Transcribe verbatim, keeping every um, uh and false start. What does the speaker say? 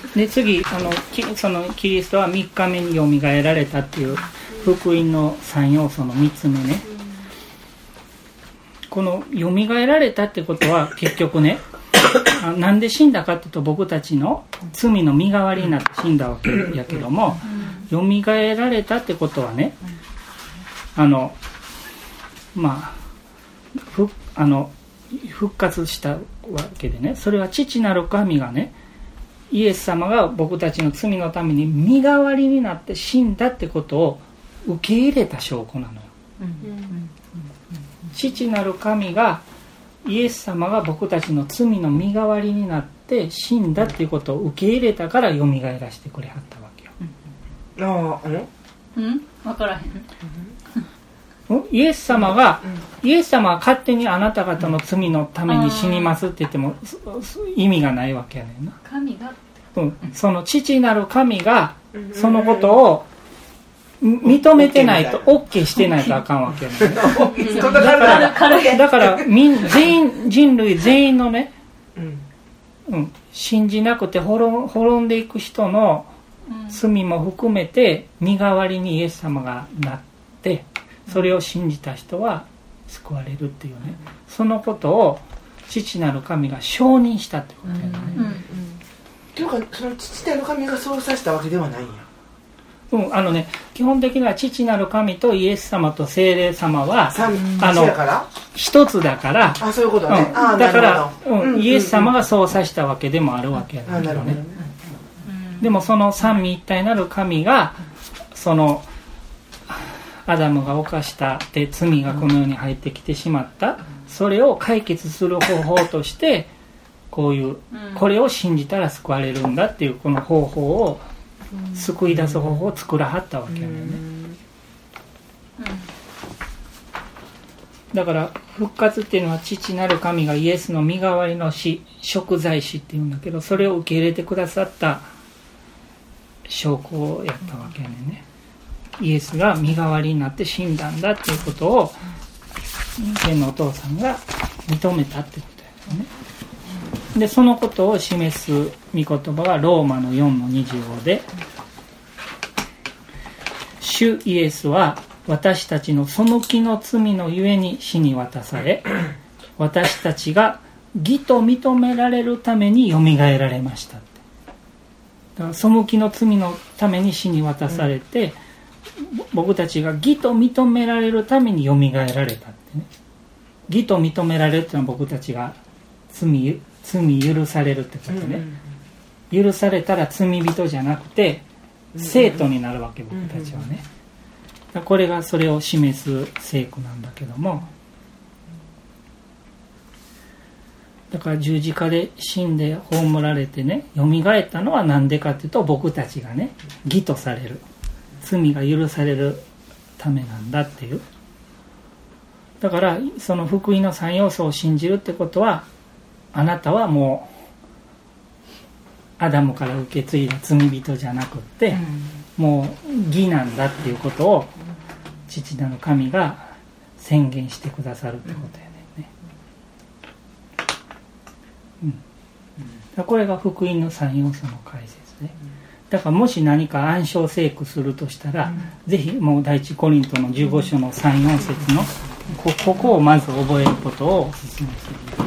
で次あのそのキリストはみっかめによみがえられたっていう福音のさん要素のみっつめね。このよみがえられたってことは結局ねなんで死んだかっていうと僕たちの罪の身代わりになって死んだわけやけども、よみがえられたってことはねあのまあふあの復活したわけでね、それは父なる神がねイエス様が僕たちの罪のために身代わりになって死んだってことを受け入れた証拠なのよ、うんうんうん、父なる神がイエス様が僕たちの罪の身代わりになって死んだっていうことを受け入れたからよみがえらせてくれはったわけよ、 うん、ああうんうん分からへん、 イエス様が、うん、イエス様は勝手にあなた方の罪のために死にますって言っても意味がないわけやねんな。 神が、 うん、その父なる神がそのことを認めてないと OK してないとあかんわけやねんな。だからだからみん全員人類全員のね、うん、信じなくて滅滅んでいく人の罪も含めて身代わりにイエス様がなってそれを信じた人は救われるっていうね、そのことを父なる神が承認したってことやね、うんうん、 というかその父なる神がそうさせたわけではないんや。 うん、あのね基本的には父なる神とイエス様と聖霊様はあの一つだから、 あそういうことね、うん、 あだから、うんうん、イエス様がそうさせたわけでもあるわけやね、うんね、でもその三位一体なる神がそのアダムが犯したで罪がこの世に入ってきてしまった、それを解決する方法としてこういうこれを信じたら救われるんだっていうこの方法を救い出す方法を作らはったわけやねんね、うん、だから復活っていうのは父なる神がイエスの身代わりの死贖罪死っていうんだけど、それを受け入れてくださった証拠やったわけやねんね。イエスが身代わりになって死んだんだっていうことを天のお父さんが認めたってことやね。でそのことを示す御言葉がローマのよんのにじゅうごで、主イエスは私たちの背きの罪のゆえに死に渡され、私たちが義と認められるためによみがえられましたって。だから背きの罪のために死に渡されて、僕たちが義と認められるためによみがえられたってね。義と認められるっていうのは僕たちが罪罪許されるってことね、うんうん、許されたら罪人じゃなくて生徒になるわけ、僕たちはね。だこれがそれを示す聖句なんだけども、だから十字架で死んで葬られてねよみがえったのは何でかっていうと、僕たちがね義とされる、罪が許されるためなんだっていう。だからその福音の三要素を信じるってことは、あなたはもうアダムから受け継いだ罪人じゃなくって、うん、もう義なんだっていうことを父なる神が宣言してくださるってことやね、うんうん、だこれが福音の三要素の解説ね。だからもし何か暗唱聖句するとしたら、うん、ぜひもう第一コリントのじゅうご章のさん、よん節の こ, ここをまず覚えることをお勧めしています。